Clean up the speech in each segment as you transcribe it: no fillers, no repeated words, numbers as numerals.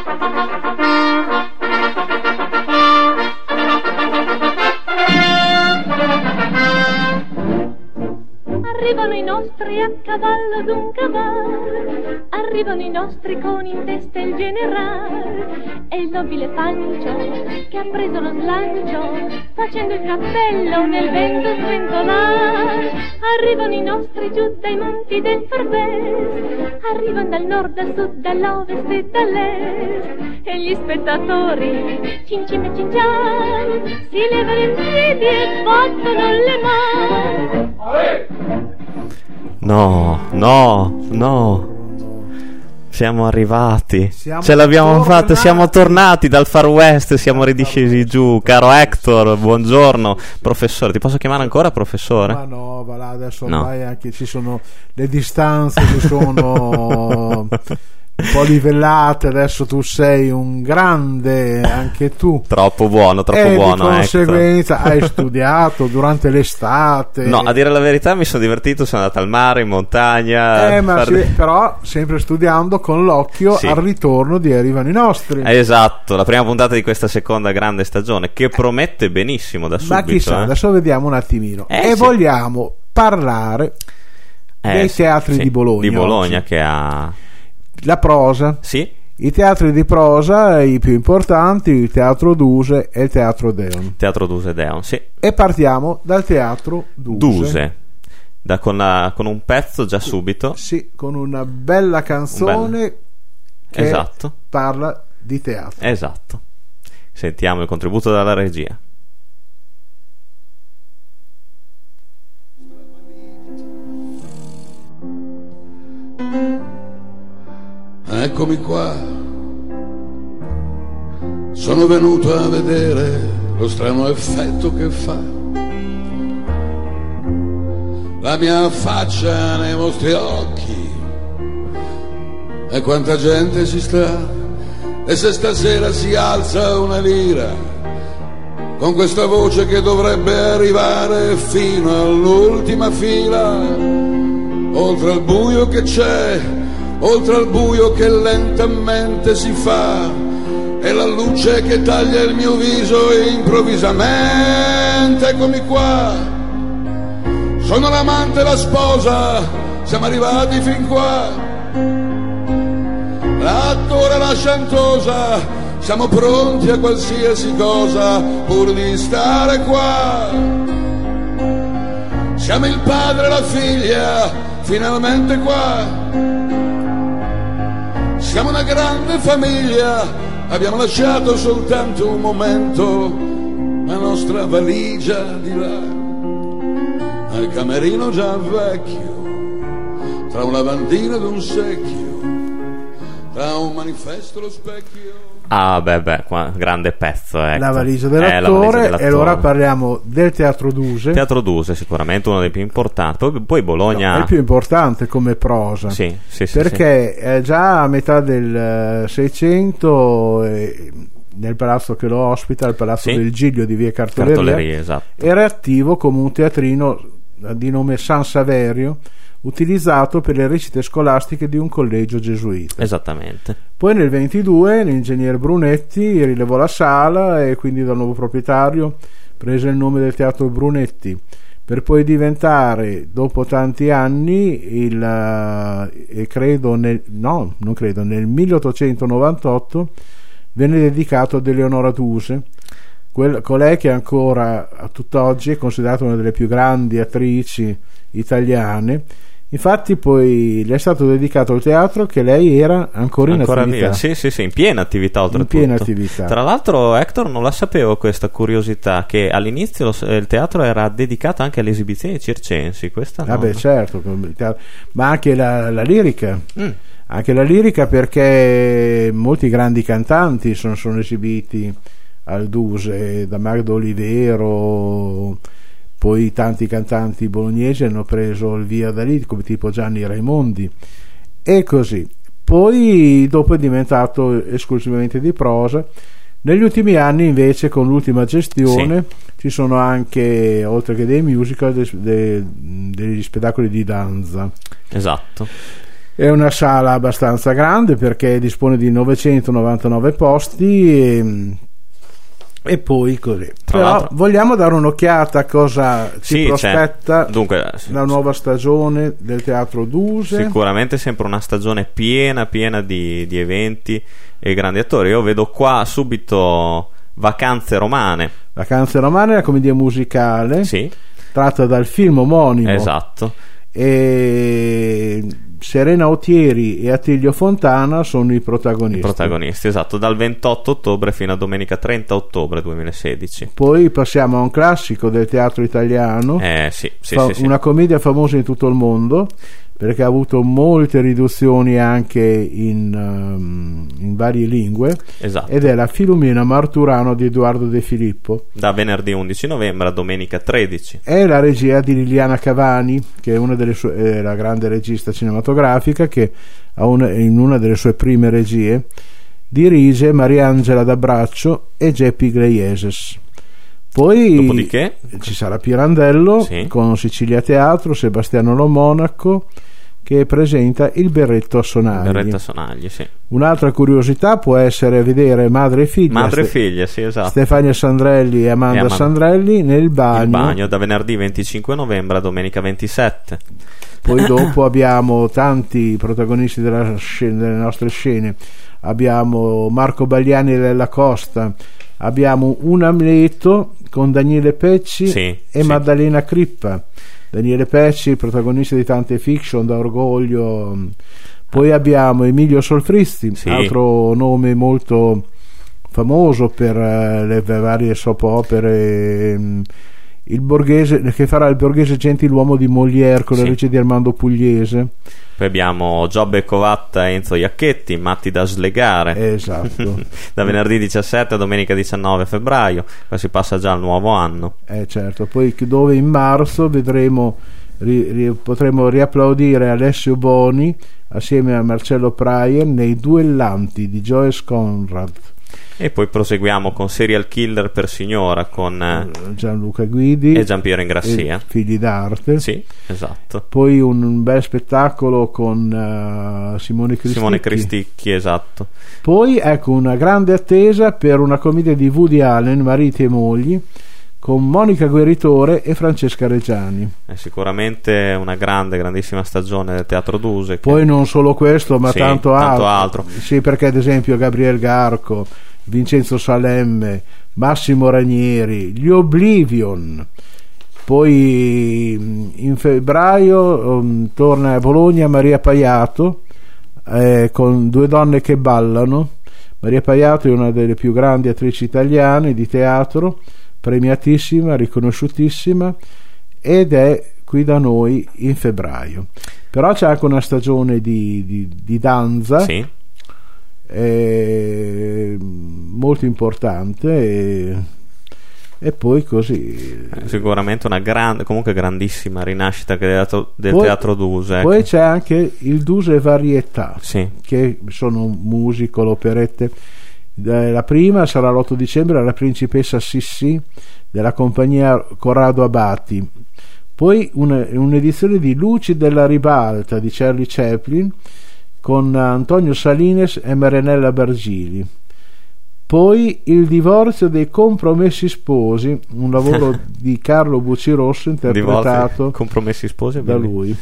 Arrivano i nostri a cavallo d'un cavallo, arrivano i nostri con in testa il generale e il nobile Pancio che ha preso lo slancio facendo il cappello nel vento sventolare. Arrivano i nostri giù dai monti del Forbes, arrivano dal nord, dal sud, dall'ovest e dall'est e gli spettatori cincin e cincian si levano in piedi e battono le mani. No. Siamo arrivati. Ce l'abbiamo fatta, siamo tornati dal Far West, siamo ridiscesi giù. Caro Hector, buongiorno. Professore, ti posso chiamare ancora professore? Ma no, va là, adesso ormai anche ci sono le distanze che sono un po' livellate. Adesso tu sei un grande, anche tu. Troppo buono, di conseguenza hai studiato durante l'estate. No, a dire la verità mi sono divertito, sono andato al mare, in montagna. Però sempre studiando con l'occhio al ritorno di Arrivano i nostri. Esatto, la prima puntata di questa seconda grande stagione che promette benissimo da subito. Ma chissà, adesso vediamo un attimino. Vogliamo parlare dei teatri di Bologna. Di Bologna oggi. Che ha la prosa, i teatri di prosa, i più importanti, il Teatro Duse e il Teatro Deon. Teatro Duse e Deon, sì. E partiamo dal Teatro Duse. Con un pezzo già subito. Sì, con una bella canzone che parla di teatro. Esatto. Sentiamo il contributo dalla regia. Eccomi qua, sono venuto a vedere lo strano effetto che fa la mia faccia nei vostri occhi e quanta gente ci sta. E se stasera si alza una lira con questa voce che dovrebbe arrivare fino all'ultima fila, oltre al buio che c'è, oltre al buio che lentamente si fa e la luce che taglia il mio viso improvvisamente, eccomi qua, sono l'amante e la sposa, siamo arrivati fin qua, l'attore e la chantosa, siamo pronti a qualsiasi cosa pur di stare qua, siamo il padre e la figlia finalmente qua. Siamo una grande famiglia, abbiamo lasciato soltanto un momento la nostra valigia di là, al camerino già vecchio, tra un lavandino ed un secchio, tra un manifesto e lo specchio. Ah beh, grande pezzo, ecco. La valigia dell'attore. E allora parliamo del Teatro Duse. Teatro Duse sicuramente uno dei più importanti. Poi Bologna è il più importante come prosa. Sì, perché già a metà del 600 nel palazzo che lo ospita, il palazzo del Giglio di via Cartoleria, esatto, era attivo come un teatrino di nome San Saverio, utilizzato per le recite scolastiche di un collegio gesuita. Esattamente. Poi nel 22 l'ingegner Brunetti rilevò la sala e quindi dal nuovo proprietario prese il nome del Teatro Brunetti, per poi diventare dopo tanti anni nel 1898 venne dedicato ad Eleonora Duse, colei che ancora a tutt'oggi è considerata una delle più grandi attrici italiane. Infatti poi le è stato dedicato il teatro che lei era ancora in attività. Sì, in piena attività oltretutto. In piena attività. Tra l'altro, Hector, non la sapevo questa curiosità, che all'inizio il teatro era dedicato anche alle esibizioni circensi. Questa certo, ma anche la lirica. Anche la lirica, perché molti grandi cantanti sono esibiti al Duse, da Magdo Olivero. Poi tanti cantanti bolognesi hanno preso il via da lì, come tipo Gianni Raimondi, e così. Poi dopo è diventato esclusivamente di prosa. Negli ultimi anni invece, con l'ultima gestione, ci sono anche, oltre che dei musical, degli spettacoli di danza. Esatto. È una sala abbastanza grande perché dispone di 999 posti e poi così. Però vogliamo dare un'occhiata a cosa ci prospetta Dunque, la nuova stagione del Teatro Duse. Sicuramente sempre una stagione piena di eventi e grandi attori. Io vedo qua subito Vacanze Romane, la commedia musicale tratta dal film omonimo. Esatto. E Serena Autieri e Attilio Fontana sono i protagonisti, esatto, dal 28 ottobre fino a domenica 30 ottobre 2016. Poi passiamo a un classico del teatro italiano, una commedia famosa in tutto il mondo perché ha avuto molte riduzioni anche in varie lingue, esatto. Ed è La Filomena Marturano di Edoardo De Filippo, da venerdì 11 novembre a domenica 13. È la regia di Liliana Cavani, che è una delle sue, la grande regista cinematografica, che in una delle sue prime regie dirige Mariangela D'Abbraccio e Geppi Gleieses. Poi dopodiché ci sarà Pirandello con Sicilia Teatro, Sebastiano Lo Monaco, che presenta Il Berretto a Sonagli. Un'altra curiosità può essere vedere Madre e Figlia, esatto. Stefania Sandrelli e Amanda Sandrelli nel bagno. Il bagno da venerdì 25 novembre a domenica 27. Poi dopo abbiamo tanti protagonisti delle nostre scene. Abbiamo Marco Bagliani e Lella Costa, abbiamo Un Amleto con Daniele Pecci e Maddalena Crippa. Daniele Pecci, protagonista di tante fiction, da Orgoglio. Poi abbiamo Emilio Solfristi, altro nome molto famoso per le varie soap opere, il Borghese, che farà il Borghese Gentiluomo di Molière con la regia di Armando Pugliese. Poi abbiamo Giobbe Covatta e Enzo Iacchetti, Matti da slegare. Esatto. Da venerdì 17 a domenica 19 febbraio. Poi si passa già al nuovo anno. Certo. Poi dove in marzo vedremo potremo riapplaudire Alessio Boni assieme a Marcello Prayer nei Duellanti di Joyce Conrad. E poi proseguiamo con Serial Killer per signora con Gianluca Guidi e Giampiero Ingrassia, Figli d'arte. Sì, esatto. Poi un bel spettacolo con Simone Cristicchi, esatto. Poi ecco una grande attesa per una commedia di Woody Allen, Mariti e mogli, con Monica Gueritore e Francesca Reggiani. È sicuramente una grandissima stagione del Teatro Duse. Poi non solo questo, ma tanto altro. Sì, perché ad esempio Gabriel Garco, Vincenzo Salemme, Massimo Ranieri, gli Oblivion. Poi in febbraio torna a Bologna Maria Paiato con Due donne che ballano. Maria Paiato è una delle più grandi attrici italiane di teatro, premiatissima, riconosciutissima, ed è qui da noi in febbraio. Però c'è anche una stagione di danza molto importante e poi così sicuramente una grandissima rinascita del Teatro Duse. Poi c'è anche il Duse Varietà, che sono musical, operette. La prima sarà l'8 dicembre La Principessa Sissi della compagnia Corrado Abati. Poi un'edizione di Luci della ribalta di Charlie Chaplin con Antonio Salines e Marinella Bargili. Poi Il divorzio dei compromessi sposi, un lavoro di Carlo Buccirosso interpretato compromessi sposi da lui.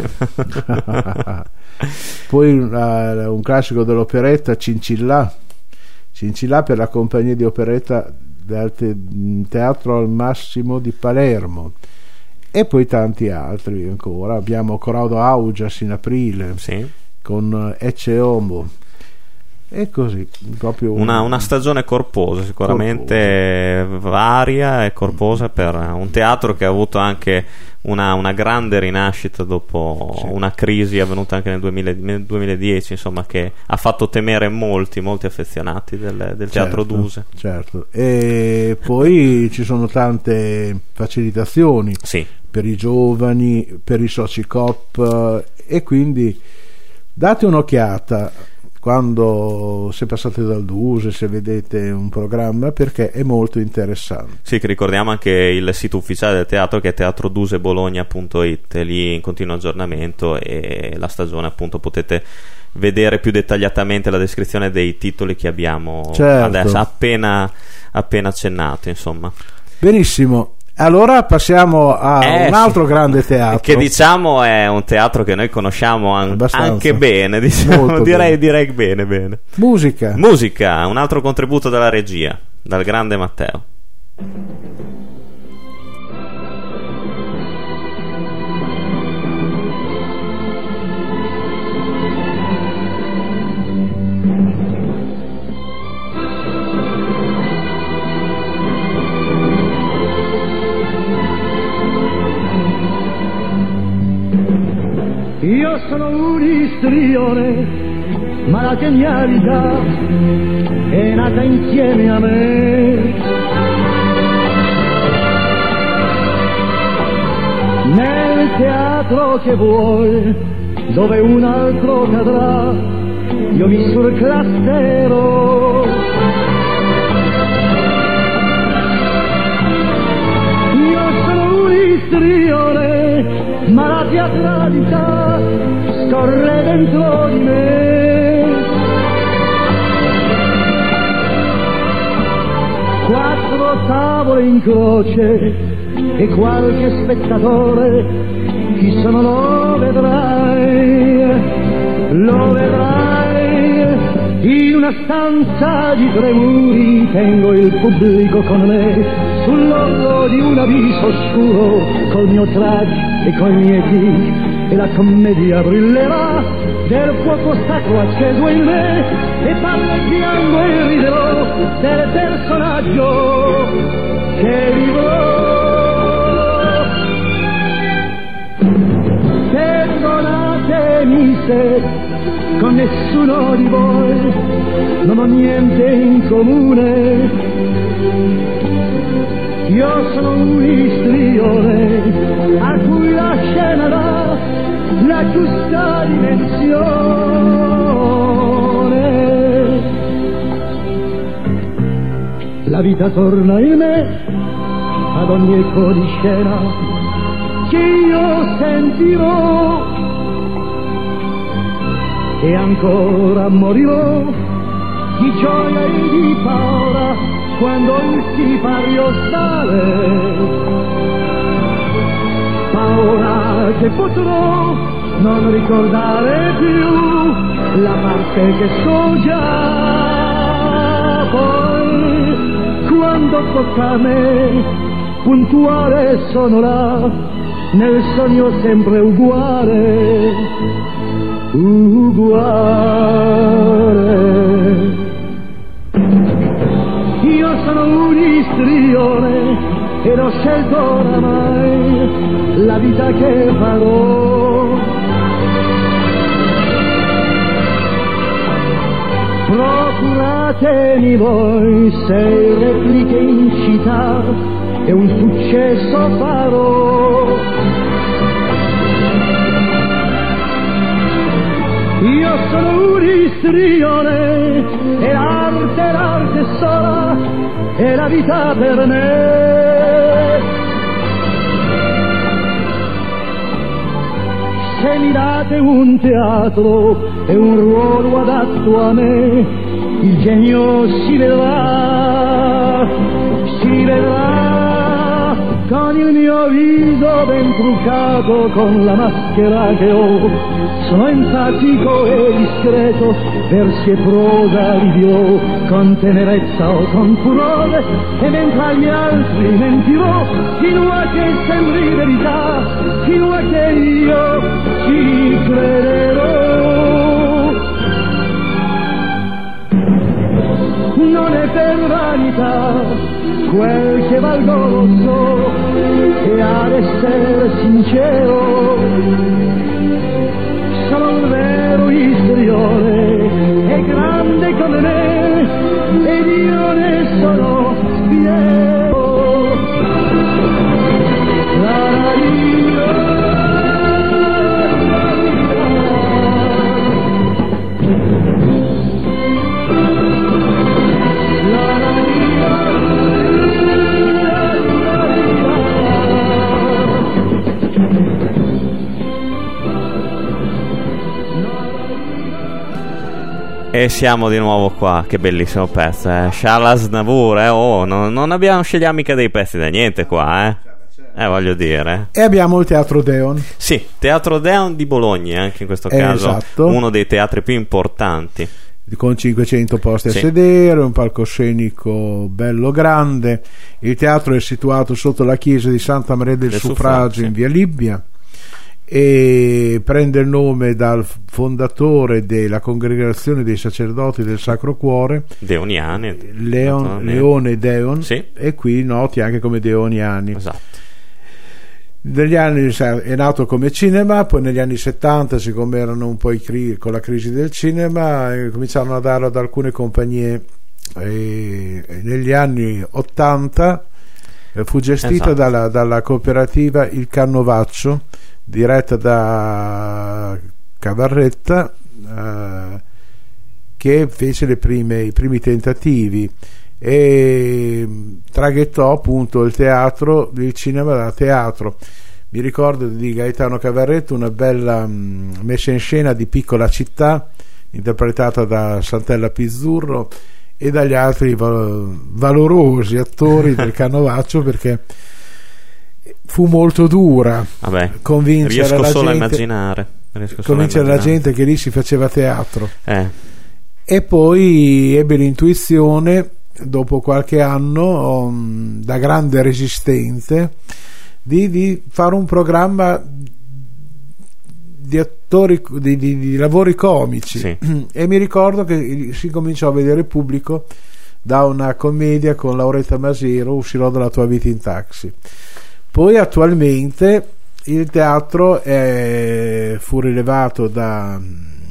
Poi un classico dell'operetta, Cincillà per la compagnia di operetta del Teatro al Massimo di Palermo, e poi tanti altri ancora. Abbiamo Corrado Augias in aprile con Ecce Homo, e così proprio una stagione corposa, sicuramente varia e corposa per un teatro che ha avuto anche una grande rinascita dopo una crisi avvenuta anche nel 2010, insomma, che ha fatto temere molti affezionati del Teatro Duse. Certo. E poi ci sono tante facilitazioni per i giovani, per i soci COP, e quindi date un'occhiata. quando se passate dal Duse, se vedete un programma, perché è molto interessante. Sì, che ricordiamo anche il sito ufficiale del teatro, che è teatrodusebologna.it, è lì in continuo aggiornamento, e la stagione appunto potete vedere più dettagliatamente la descrizione dei titoli che abbiamo adesso appena accennato, insomma. Benissimo. Allora passiamo a un altro grande teatro, che diciamo è un teatro che noi conosciamo anche bene, diciamo, direi bene. Musica, un altro contributo della regia, dal grande Matteo. Io sono un istrione, ma la genialità è nata insieme a me. Nel teatro che vuoi, dove un altro cadrà, io mi surclasserò. Io sono un istrione, ma la teatralità scorre dentro di me. Quattro tavole in croce e qualche spettatore, chi sono lo vedrai, in una stanza di 3 muri tengo il pubblico con me, sull'orlo di un abisso oscuro, col mio tragico e coi miei tic, e la commedia brillerà del fuoco sacro acceso in me, e parleggiando e riderò del personaggio che vivrò. Perdonatemi se con nessuno di voi non ho niente in comune. Io sono un istrione a cui la scena dà la giusta dimensione. La vita torna in me ad ogni eco di scena che io sentirò, e ancora morirò di gioia e di paura quando il sipario sale, paura che potrò non ricordare più la parte che so già. Poi quando tocca a me, puntuale sono là, nel sogno sempre uguale. Io sono un istrione ed ho scelto oramai la vita che farò. Procuratemi voi 6 repliche in città e un successo farò. Io sono un istrione e l'arte sola è la vita per me. Se mi date un teatro e un ruolo adatto a me, il genio si vedrà con il mio viso ben truccato, con la maschera che ho. Sono enfatico e discreto, versi e prosa li dirò con tenerezza o con furore, e mentre agli altri mentirò fino a che sembri verità, fino a che io ci crederò. Non è per vanità quel che valgo lo so, e ad essere sincero sono un vero istrione, è grande come me ed io ne sono fiero. E siamo di nuovo qua, che bellissimo pezzo, Charles Aznavour, non scegliamo mica dei pezzi da niente qua, voglio dire. E abbiamo il Teatro Deon. Sì, Teatro Deon di Bologna, anche in questo caso, esatto. Uno dei teatri più importanti. Con 500 posti a sedere, un palcoscenico bello grande. Il teatro è situato sotto la chiesa di Santa Maria del Suffragio in via Libbia e prende il nome dal fondatore della Congregazione dei Sacerdoti del Sacro Cuore, Deoniani, Leone Deon, e qui noti anche come Deoniani. Esatto. Negli anni è nato come cinema, poi negli anni 70, siccome erano un po' con la crisi del cinema, cominciarono a darlo ad alcune compagnie, e negli anni 80 fu gestita dalla cooperativa Il Cannovaccio, diretta da Cavarretta, che fece i primi tentativi e traghettò appunto il cinema da teatro. Mi ricordo di Gaetano Cavarretto una bella messa in scena di Piccola città, interpretata da Santella Pizzurro e dagli altri valorosi attori del Cannovaccio, perché fu molto dura convincere la gente che lì si faceva teatro. E poi ebbe l'intuizione, dopo qualche anno, da grande resistente, di fare un programma di attori, di lavori comici. E mi ricordo che si cominciò a vedere pubblico da una commedia con Lauretta Masero, Uscirò dalla tua vita in taxi. Poi attualmente il teatro fu rilevato da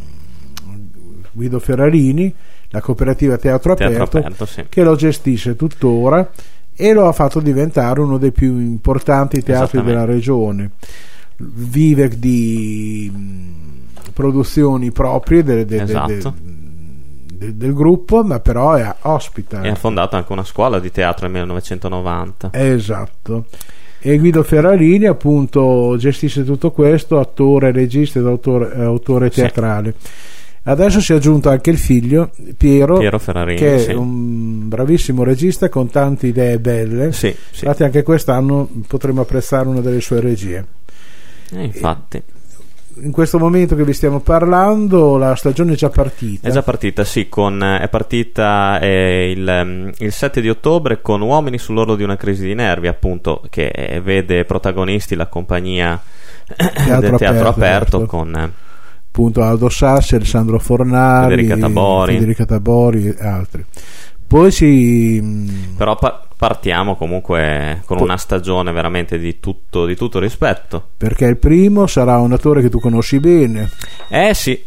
Guido Ferrarini, la cooperativa Teatro Aperto, che lo gestisce tuttora e lo ha fatto diventare uno dei più importanti teatri della regione. Vive di produzioni proprie del gruppo, ma però ospita. E ha fondato anche una scuola di teatro nel 1990. Esatto. E Guido Ferrarini appunto gestisce tutto questo, attore, regista ed autore teatrale. Adesso si è aggiunto anche il figlio Piero Ferrarini, che è un bravissimo regista con tante idee belle. Infatti anche quest'anno potremo apprezzare una delle sue regie. Infatti in questo momento che vi stiamo parlando la stagione è già partita. È già partita, è partita il 7 di ottobre con Uomini sull'orlo di una crisi di nervi, appunto, che vede protagonisti la compagnia del Teatro Aperto con appunto Aldo Sassi, Alessandro Fornari, Federica Tabori e altri. Poi però partiamo comunque con una stagione veramente di tutto rispetto, perché il primo sarà un attore che tu conosci bene. Sì.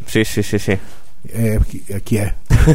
Chi è?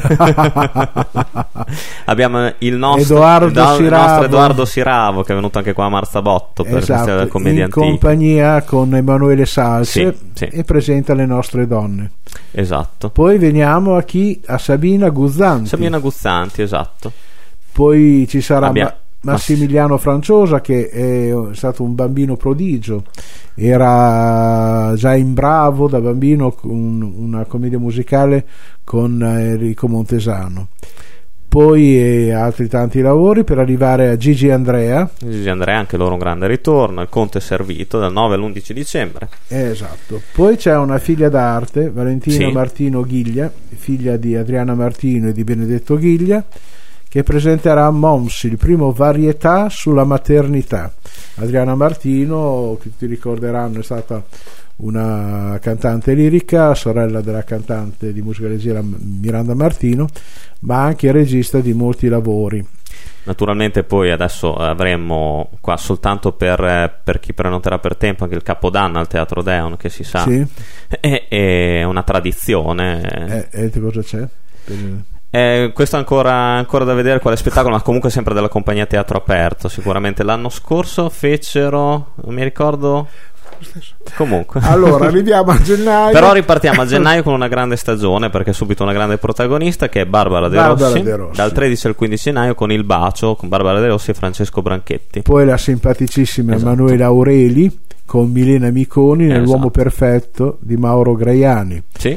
Abbiamo il nostro Edoardo Siravo, che è venuto anche qua a Marzabotto per il Festival della Commedia Antica, in compagnia con Emanuele Salse, e presenta Le nostre donne. Esatto. Poi veniamo a Sabina Guzzanti, esatto. Poi ci sarà Massimiliano Franciosa, che è stato un bambino prodigio, era già in Bravo da bambino, una commedia musicale con Enrico Montesano. Poi altri tanti lavori per arrivare a Gigi Andrea, anche loro un grande ritorno. Il Conte Servito dal 9 all'11 dicembre. Esatto. Poi c'è una figlia d'arte, Valentina Martino Ghiglia, figlia di Adriana Martino e di Benedetto Ghiglia, che presenterà Moms, il primo varietà sulla maternità. Adriana Martino, che tutti ricorderanno, è stata una cantante lirica, sorella della cantante di musica leggera Miranda Martino, ma anche regista di molti lavori. Naturalmente poi adesso avremo qua, soltanto per chi prenoterà per tempo, anche il Capodanno al Teatro Deon, che si sa è una tradizione. Cosa c'è? Questo ancora da vedere quale spettacolo, ma comunque sempre della compagnia Teatro Aperto. Sicuramente l'anno scorso fecero, non mi ricordo, comunque. Allora arriviamo a gennaio, però ripartiamo a gennaio con una grande stagione, perché subito una grande protagonista, che è Barbara De Rossi, dal 13 al 15 gennaio con Il bacio, con Barbara De Rossi e Francesco Branchetti. Poi la simpaticissima Emanuela Aureli con Milena Miconi nell'Uomo perfetto di Mauro Graiani.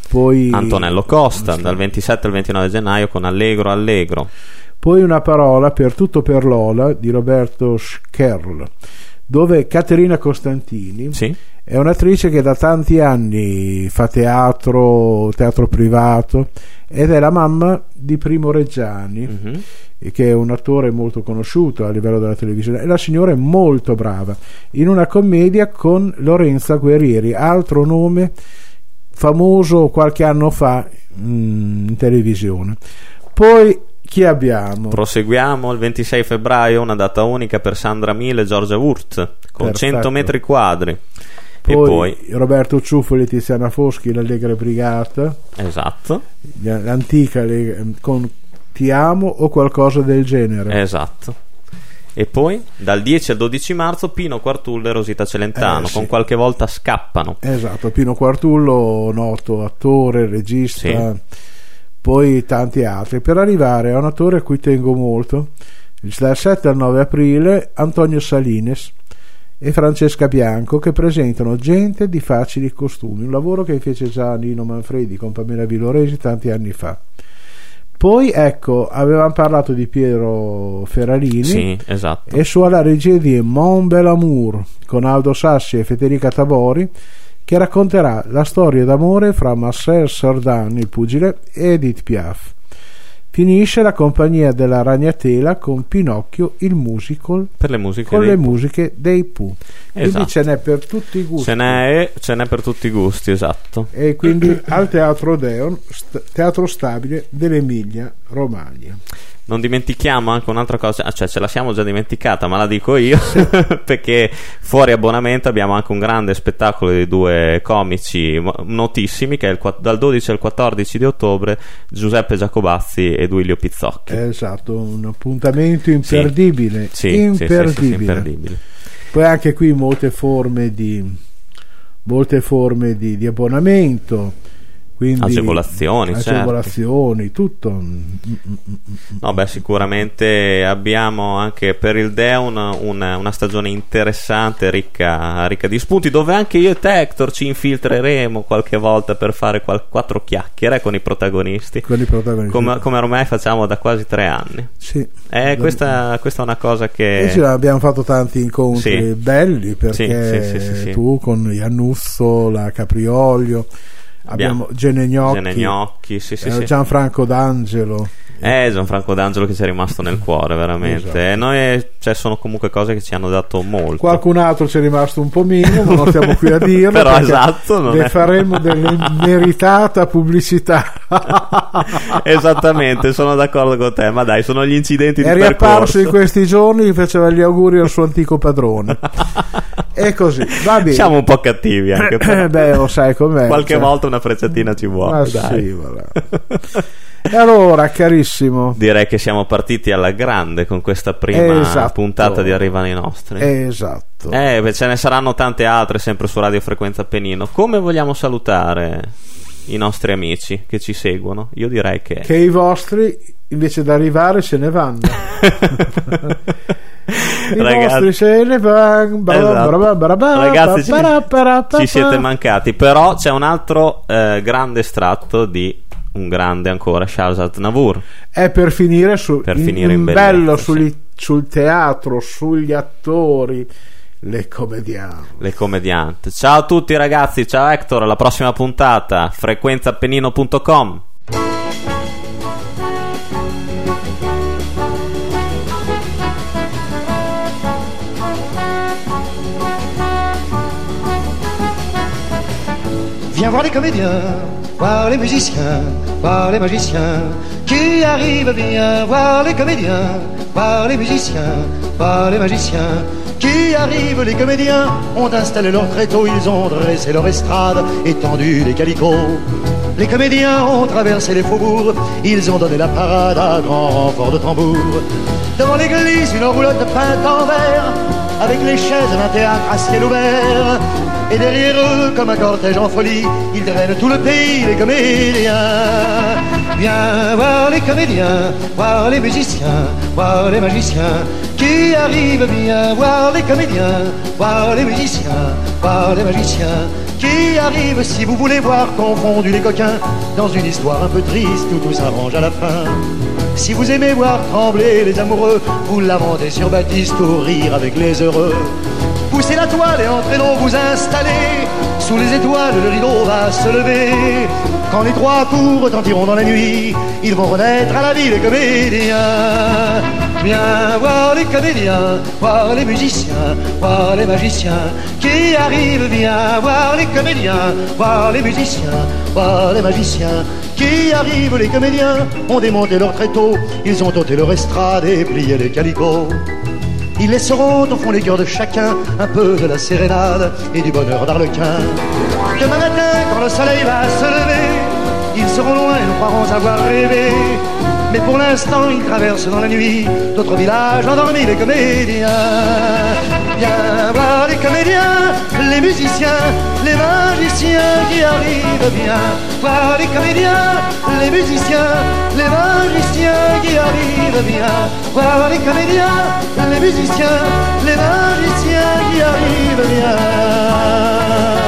Poi Antonello Costa, dal 27 al 29 gennaio con Allegro Allegro. Poi una parola per tutto per Lola di Roberto Scherl, dove Caterina Costantini è un'attrice che da tanti anni fa teatro privato, ed è la mamma di Primo Reggiani, che è un attore molto conosciuto a livello della televisione, e la signora è molto brava in una commedia con Lorenza Guerrieri, altro nome famoso qualche anno fa in televisione. Poi chi abbiamo? Proseguiamo il 26 febbraio, una data unica per Sandra Mille e Giorgia Wurz con 100 metri quadri. Poi Roberto Ciuffoli e Tiziana Foschi, l'Allegre Brigata, esatto, l'antica con Ti amo o qualcosa del genere, esatto. E poi dal 10 al 12 marzo Pino Quartullo e Rosita Celentano con Qualche volta scappano. Esatto, Pino Quartullo, noto attore, regista, poi tanti altri, per arrivare a un attore a cui tengo molto. Dal 7 al 9 aprile Antonio Salines e Francesca Bianco, che presentano Gente di facili costumi, un lavoro che fece già Nino Manfredi con Pamela Villoresi tanti anni fa. Poi avevamo parlato di Piero Ferralini, esatto, e sulla regia di Mon Bel Amour con Aldo Sassi e Federica Tabori, che racconterà la storia d'amore fra Marcel Cerdan, il pugile, e Edith Piaf. Finisce la compagnia della Ragnatela con Pinocchio, il musical, per le musiche con le musiche dei Pooh. Quindi esatto, ce n'è per tutti i gusti. Ce n'è per tutti i gusti, esatto. E quindi al Teatro Odeon, teatro stabile dell'Emilia Romagna. Non dimentichiamo anche un'altra cosa, cioè ce la siamo già dimenticata, ma la dico io, perché fuori abbonamento abbiamo anche un grande spettacolo di due comici notissimi, che è dal 12 al 14 di ottobre, Giuseppe Giacobazzi e Duilio Pizzocchi. Esatto, un appuntamento imperdibile. Imperdibile. Poi anche qui molte forme di abbonamento, quindi agevolazioni, certo, tutto. No, beh, sicuramente abbiamo anche per il Deon una stagione interessante, ricca di spunti, dove anche io e te, Hector, ci infiltreremo qualche volta per fare quattro chiacchiere con i protagonisti. Come ormai facciamo da quasi 3 anni. Sì. Questa è una cosa che abbiamo fatto tanti incontri belli, perché tu con Iannuzzo, la Capriolio, abbiamo Genegnocchi, Gianfranco D'Angelo. Gianfranco D'Angelo, che ci è rimasto nel cuore veramente. Esatto. E noi, sono comunque cose che ci hanno dato molto. Qualcun altro ci è rimasto un po' meno, ma non stiamo qui a dirlo. Però esatto, faremo delle meritata pubblicità. Esattamente, sono d'accordo con te. Ma dai, sono gli incidenti di percorso. È riapparso in questi giorni, gli faceva gli auguri al suo antico padrone. E così, va bene. Siamo un po' cattivi anche. Beh, lo sai com'è. Qualche volta una frecciatina ci vuole. Sì, voilà. E allora, carissimo, direi che siamo partiti alla grande con questa prima puntata di Arrivano i Nostri. Esatto. Ce ne saranno tante altre sempre su Radio Frequenza Appennino. Come vogliamo salutare i nostri amici che ci seguono? Io direi che i vostri, invece di arrivare, se ne vanno. Ragazzi, se ne vanno. Ragazzi, ci siete mancati. Però c'è un altro grande estratto di un grande ancora, Charles Aznavour. È per finire in bello sì. sul teatro, sugli attori, le commedianti. Ciao a tutti ragazzi, ciao Hector, alla prossima puntata, frequenzaappennino.com. Viens voir les comédiens, voir les musiciens, voir les magiciens qui arrivent. Viens voir les comédiens, voir les musiciens, voir les magiciens qui arrivent. Les comédiens ont installé leur tréteau, ils ont dressé leur estrade, étendu les calicots. Les comédiens ont traversé les faubourgs, ils ont donné la parade à grand renfort de tambour. Devant l'église, une roulotte peinte en vert, avec les chaises d'un théâtre à ciel ouvert. Et derrière eux, comme un cortège en folie, ils drainent tout le pays, les comédiens. Viens voir les comédiens, voir les musiciens, voir les magiciens qui arrivent. Viens voir les comédiens, voir les musiciens, voir les magiciens qui arrive si vous voulez voir confondus les coquins dans une histoire un peu triste où tout s'arrange à la fin. Si vous aimez voir trembler les amoureux, vous lamentez sur Baptiste ou rire avec les heureux. Poussez la toile et entraînons vous installer. Sous les étoiles, le rideau va se lever. Quand les trois coups retentiront dans la nuit, ils vont renaître à la vie les comédiens. Viens voir les comédiens, voir les musiciens, voir les magiciens qui arrivent. Viens voir les comédiens, voir les musiciens, voir les magiciens qui arrivent. Les comédiens ont démonté leur tréteau, ils ont ôté leur estrade et plié les calicots. Ils laisseront au fond les cœurs de chacun un peu de la sérénade et du bonheur d'Arlequin. Demain matin, quand le soleil va se lever, ils seront loin et nous croirons avoir rêvé. Mais pour l'instant, ils traversent dans la nuit d'autres villages endormis, les comédiens. Viens voir les comédiens, les musiciens, les magiciens qui arrivent. Viens voir les comédiens, les musiciens, les magiciens qui arrivent. Viens voir les comédiens, les musiciens, les magiciens qui arrivent. Viens.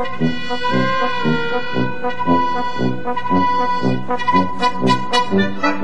Thank you.